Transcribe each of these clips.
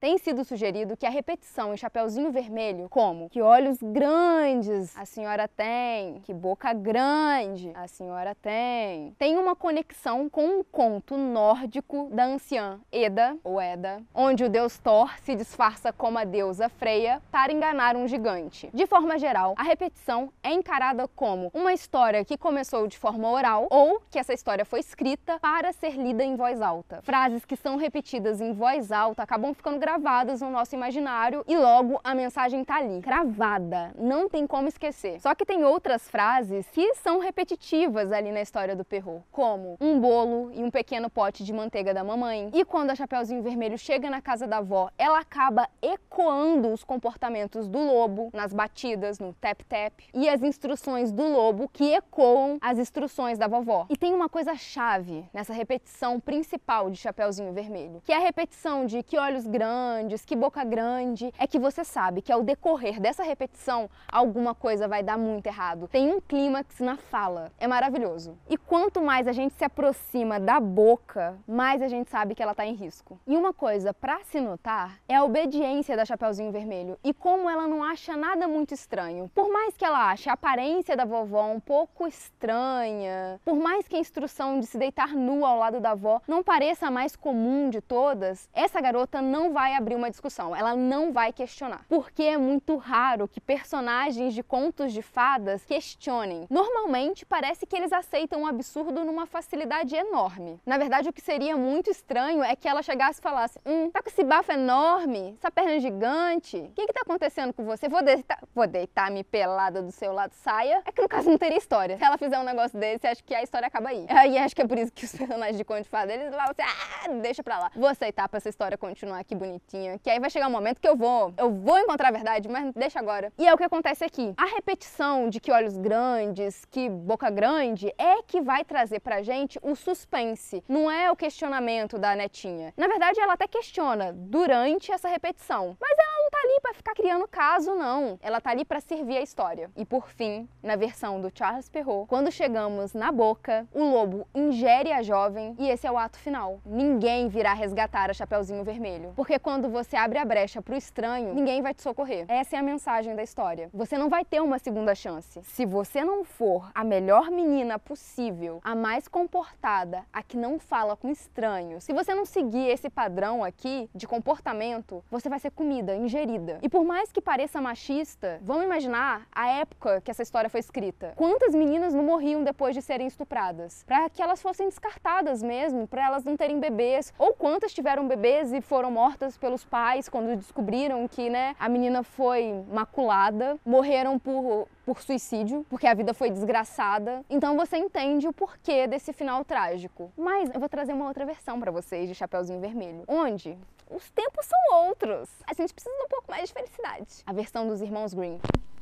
Tem sido sugerido que a repetição em Chapeuzinho Vermelho, como que olhos grandes a senhora tem, que boca grande a senhora tem uma conexão com um conto nórdico da anciã Eda, ou Eda, onde o deus Thor se disfarça como a deusa Freya para enganar um gigante. De forma geral, a repetição é encarada como uma história que começou de forma oral ou que essa história foi escrita para ser lida em voz alta. Frases que são repetidas em voz alta acabam ficando gravadas no nosso imaginário e logo a mensagem tá ali, cravada, não tem como esquecer. Só que tem outras frases que são repetitivas ali na história do Perrault, como um bolo e um pequeno pote de manteiga da mamãe. E quando a Chapeuzinho Vermelho chega na casa da avó, ela acaba ecoando os comportamentos do lobo nas batidas, no tap-tap, e as instruções do lobo que ecoam as instruções da vovó. E tem uma coisa chave nessa repetição principal de Chapeuzinho Vermelho, que é a repetição de que olhos grandes, que boca grande, é que você sabe que ao decorrer dessa repetição, alguma coisa vai dar muito errado. Tem um clímax na fala. É maravilhoso. E quanto mais a gente se aproxima da boca, mais a gente sabe que ela tá em risco. E uma coisa pra se notar é a obediência da Chapeuzinho Vermelho e como ela não acha nada muito estranho. Por mais que ela ache a aparência da vovó um pouco estranha, por mais que a instrução de se deitar nua ao lado da avó não pareça a mais comum de todas, essa garota não vai abrir uma discussão, ela não vai questionar. Porque é muito raro que personagens de contos de fadas questionem. Normalmente parece que eles aceitam um absurdo numa facilidade enorme. Na verdade, o que seria muito estranho é que ela chegasse e falasse: tá com esse bafo enorme, essa perna gigante, o que tá acontecendo com você? Vou deitar-me pelada do seu lado, saia. É que no caso não teria história. Se ela fizer um negócio desse, acho que a história acaba aí. Aí acho que é por isso que os personagens de conto de fada, eles falam assim: deixa pra lá. Vou aceitar pra essa história continuar aqui bonitinha, que aí vai chegar um momento que eu vou encontrar a verdade, mas deixa agora. E é o que acontece aqui. A repetição de que olhos grandes, que boca grande, é que vai trazer pra gente o suspense. Não é o questionamento da netinha. Na verdade, ela até questiona durante essa repetição. Mas ela não tá ali pra ficar criando caso, não. Ela tá ali pra servir a história. E por fim, na versão do Charles Perrault, quando chegamos na boca, o lobo ingere a jovem e esse é o ato final. Ninguém virá resgatar a Chapeuzinho Vermelho. Porque quando você abre a brecha pro estranho, ninguém vai te socorrer. Essa é a mensagem da história. Você não vai ter uma segunda chance. Se você não for a melhor menina possível, a mais comportada, a que não fala com estranhos, se você não seguir esse padrão aqui de comportamento, você vai ser comida, ingerida. E por mais que pareça machista, vamos imaginar a época que essa história foi escrita. Quantas meninas não morriam depois de serem estupradas? Para que elas fossem descartadas mesmo, para elas não terem bebês. Ou quantas tiveram bebês e foram mortas pelos pais quando descobriram que, a menina foi maculada, morreram por suicídio, porque a vida foi desgraçada. Então você entende o porquê desse final trágico. Mas eu vou trazer uma outra versão pra vocês de Chapeuzinho Vermelho, onde os tempos são outros. A gente precisa de um pouco mais de felicidade. A versão dos irmãos Grimm.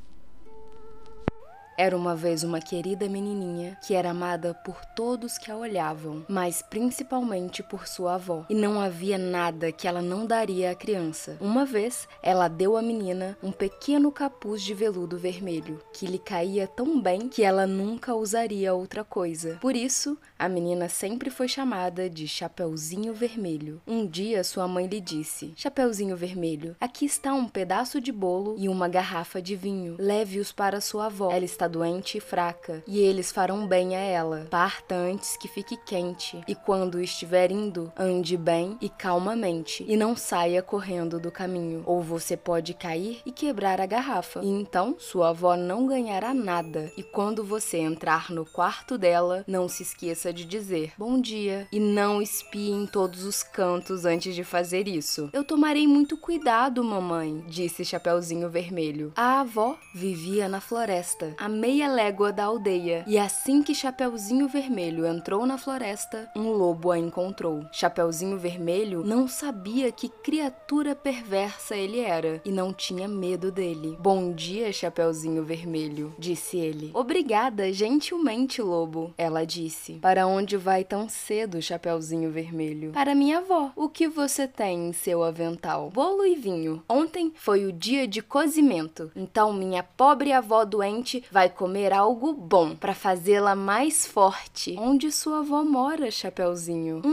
Era uma vez uma querida menininha que era amada por todos que a olhavam, mas principalmente por sua avó. E não havia nada que ela não daria à criança. Uma vez, ela deu à menina um pequeno capuz de veludo vermelho, que lhe caía tão bem que ela nunca usaria outra coisa. Por isso, a menina sempre foi chamada de Chapeuzinho Vermelho. Um dia, sua mãe lhe disse: Chapeuzinho Vermelho, aqui está um pedaço de bolo e uma garrafa de vinho. Leve-os para sua avó. Ela está doente e fraca, e eles farão bem a ela. Parta antes que fique quente, e quando estiver indo, ande bem e calmamente, e não saia correndo do caminho, ou você pode cair e quebrar a garrafa, e então sua avó não ganhará nada. E quando você entrar no quarto dela, não se esqueça de dizer bom dia, e não espie em todos os cantos antes de fazer isso. Eu tomarei muito cuidado, mamãe, disse Chapeuzinho Vermelho. A avó vivia na floresta, a meia légua da aldeia, e assim que Chapeuzinho Vermelho entrou na floresta, um lobo a encontrou. Chapeuzinho Vermelho não sabia que criatura perversa ele era e não tinha medo dele. Bom dia, Chapeuzinho Vermelho, disse ele. Obrigada, gentilmente, lobo, ela disse. Para onde vai tão cedo, Chapeuzinho Vermelho? Para minha avó. O que você tem em seu avental? Bolo e vinho. Ontem foi o dia de cozimento, então minha pobre avó doente vai comer algo bom para fazê-la mais forte. Onde sua avó mora, Chapeuzinho? Um bom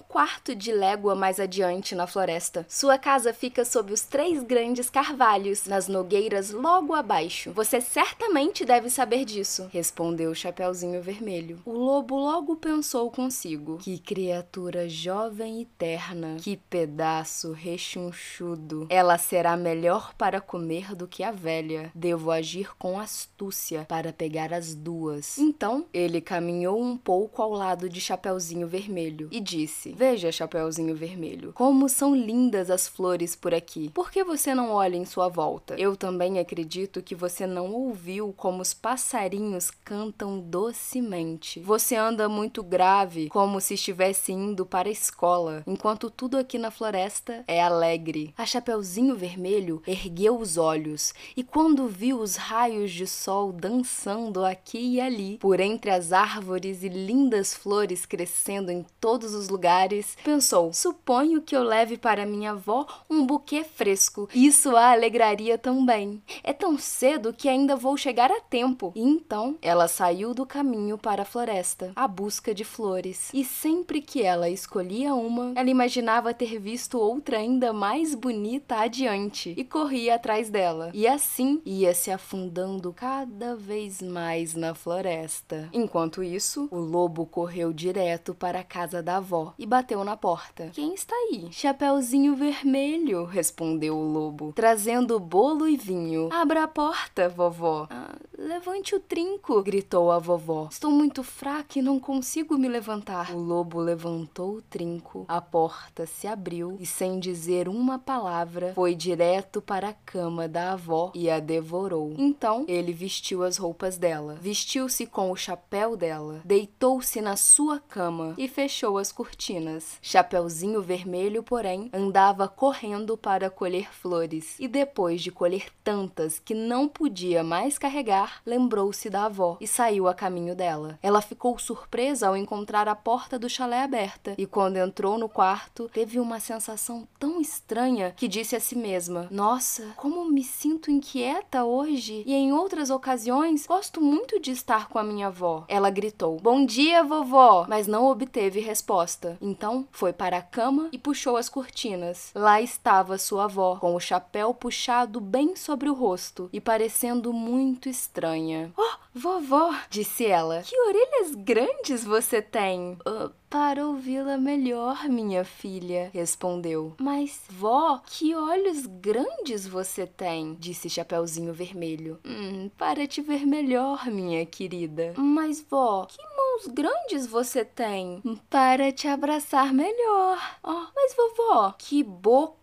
quarto de légua mais adiante na floresta. Sua casa fica sob os 3 grandes carvalhos, nas nogueiras logo abaixo. Você certamente deve saber disso, respondeu o Chapeuzinho Vermelho. O lobo logo pensou consigo: que criatura jovem e terna, que pedaço rechonchudo. Ela será melhor para comer do que a velha. Devo agir com astúcia para pegar as duas. Então, ele caminhou um pouco ao lado de Chapeuzinho Vermelho e disse: veja, Chapeuzinho Vermelho, como são lindas as flores por aqui. Por que você não olha em sua volta? Eu também acredito que você não ouviu como os passarinhos cantam docemente. Você anda muito grave, como se estivesse indo para a escola, enquanto tudo aqui na floresta é alegre. A Chapeuzinho Vermelho ergueu os olhos e quando viu os raios de sol dançando aqui e ali, por entre as árvores e lindas flores crescendo em todos os lugares, pensou: suponho que eu leve para minha avó um buquê fresco. Isso a alegraria também. É tão cedo que ainda vou chegar a tempo. E então ela saiu do caminho para a floresta, à busca de flores. E sempre que ela escolhia uma, ela imaginava ter visto outra ainda mais bonita adiante e corria atrás dela. E assim ia se afundando cada vez mais na floresta. Enquanto isso, o lobo correu direto para a casa da avó e bateu na porta. Quem está aí? Chapeuzinho Vermelho, respondeu o lobo, trazendo bolo e vinho. Abra a porta, vovó. Levante o trinco, gritou a vovó. Estou muito fraca e não consigo me levantar. O lobo levantou o trinco, a porta se abriu e, sem dizer uma palavra, foi direto para a cama da avó e a devorou. Então, ele vestiu as roupas dela, vestiu-se com o chapéu dela, deitou-se na sua cama e fechou as cortinas. Chapeuzinho Vermelho, porém, andava correndo para colher flores e, depois de colher tantas que não podia mais carregar, lembrou-se da avó e saiu a caminho dela. Ela ficou surpresa ao encontrar a porta do chalé aberta e, quando entrou no quarto, teve uma sensação tão estranha que disse a si mesma: nossa, como me sinto inquieta hoje e em outras ocasiões gosto muito de estar com a minha avó. Ela gritou: bom dia, vovó! Mas não obteve resposta. Então foi para a cama e puxou as cortinas. Lá estava sua avó, com o chapéu puxado bem sobre o rosto e parecendo muito estranha. Oh, vovó! Disse ela. Que orelhas grandes você tem! Para ouvi-la melhor, minha filha, respondeu. Mas, vó, que olhos grandes você tem, disse Chapeuzinho Vermelho. Para te ver melhor, minha querida. Mas, vó, que mãos grandes você tem? Para te abraçar melhor. Mas, vovó, que boca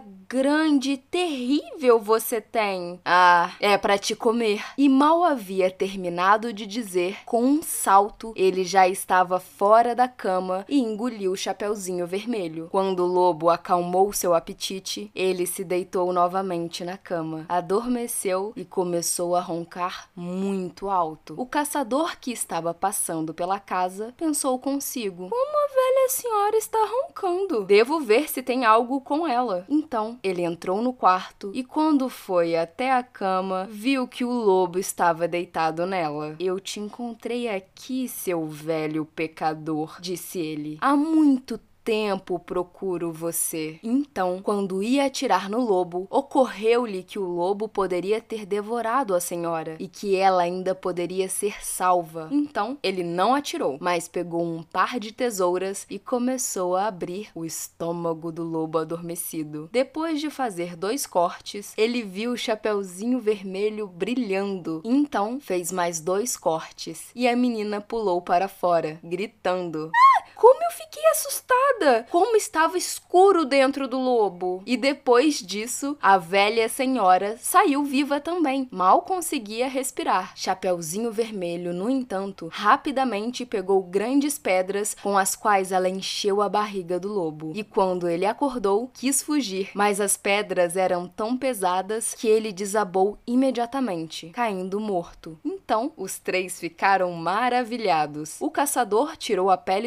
grande e terrível você tem. É para te comer. E mal havia terminado de dizer, com um salto, ele já estava fora da cama e engoliu o Chapeuzinho Vermelho. Quando o lobo acalmou seu apetite, ele se deitou novamente na cama, adormeceu e começou a roncar muito alto. O caçador que estava passando pela casa pensou consigo: como a velha senhora está roncando? Devo ver se tem algo com ela. Então, ele entrou no quarto e quando foi até a cama, viu que o lobo estava deitado nela. Eu te encontrei aqui, seu velho pecador, disse ele. Há muito tempo procuro você. Então, quando ia atirar no lobo, ocorreu-lhe que o lobo poderia ter devorado a senhora e que ela ainda poderia ser salva. Então, ele não atirou, mas pegou um par de tesouras e começou a abrir o estômago do lobo adormecido. Depois de fazer 2 cortes, ele viu o Chapeuzinho Vermelho brilhando. Então, fez mais 2 cortes e a menina pulou para fora, gritando: como eu fiquei assustada! Como estava escuro dentro do lobo! E depois disso, a velha senhora saiu viva também. Mal conseguia respirar. Chapeuzinho Vermelho, no entanto, rapidamente pegou grandes pedras com as quais ela encheu a barriga do lobo. E quando ele acordou, quis fugir, mas as pedras eram tão pesadas que ele desabou imediatamente, caindo morto. Então, os 3 ficaram maravilhados. O caçador tirou a pele do lobo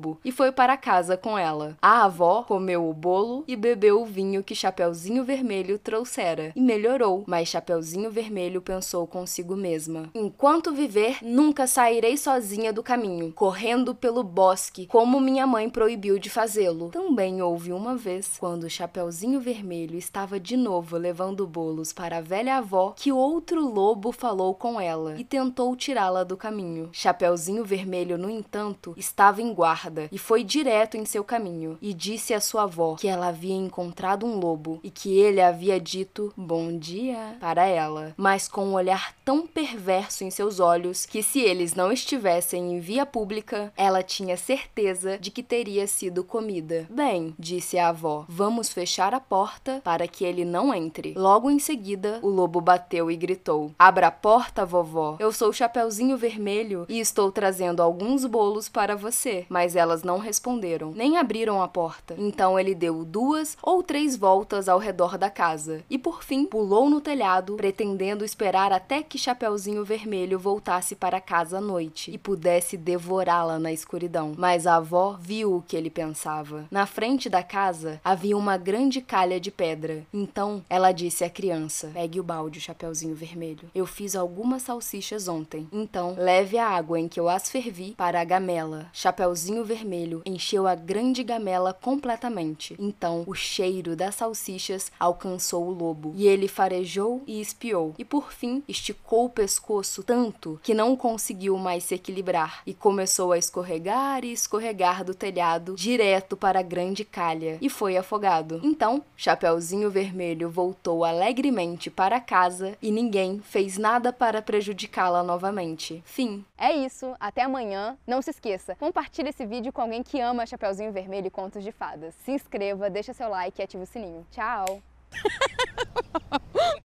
lobo e foi para casa com ela. A avó comeu o bolo e bebeu o vinho que Chapeuzinho Vermelho trouxera e melhorou, mas Chapeuzinho Vermelho pensou consigo mesma: enquanto viver, nunca sairei sozinha do caminho, correndo pelo bosque, como minha mãe proibiu de fazê-lo. Também houve uma vez, quando Chapeuzinho Vermelho estava de novo levando bolos para a velha avó, que outro lobo falou com ela e tentou tirá-la do caminho. Chapeuzinho Vermelho, no entanto, estava em guarda e foi direto em seu caminho e disse à sua avó que ela havia encontrado um lobo e que ele havia dito bom dia para ela, mas com um olhar tão perverso em seus olhos que, se eles não estivessem em via pública, ela tinha certeza de que teria sido comida. Bem, disse a avó, vamos fechar a porta para que ele não entre. Logo em seguida, o lobo bateu e gritou: abra a porta, vovó. Eu sou Chapeuzinho Vermelho e estou trazendo alguns bolos para você. Mas elas não responderam, nem abriram a porta. Então ele deu 2 ou 3 voltas ao redor da casa e, por fim, pulou no telhado, pretendendo esperar até que Chapeuzinho Vermelho voltasse para casa à noite e pudesse devorá-la na escuridão. Mas a avó viu o que ele pensava. Na frente da casa havia uma grande calha de pedra. Então ela disse à criança: pegue o balde, Chapeuzinho Vermelho. Eu fiz algumas salsichas ontem. Então leve a água em que eu as fervi para a gamela. Chapeuzinho Vermelho encheu a grande gamela completamente. Então o cheiro das salsichas alcançou o lobo e ele farejou e espiou. E por fim esticou o pescoço tanto que não conseguiu mais se equilibrar e começou a escorregar e escorregar do telhado direto para a grande calha e foi afogado. Então Chapeuzinho Vermelho voltou alegremente para casa e ninguém fez nada para prejudicá-la novamente. Fim. É isso, até amanhã. Não se esqueça, compartilhe esse vídeo com alguém que ama Chapeuzinho Vermelho e contos de fadas. Se inscreva, deixa seu like e ative o sininho. Tchau!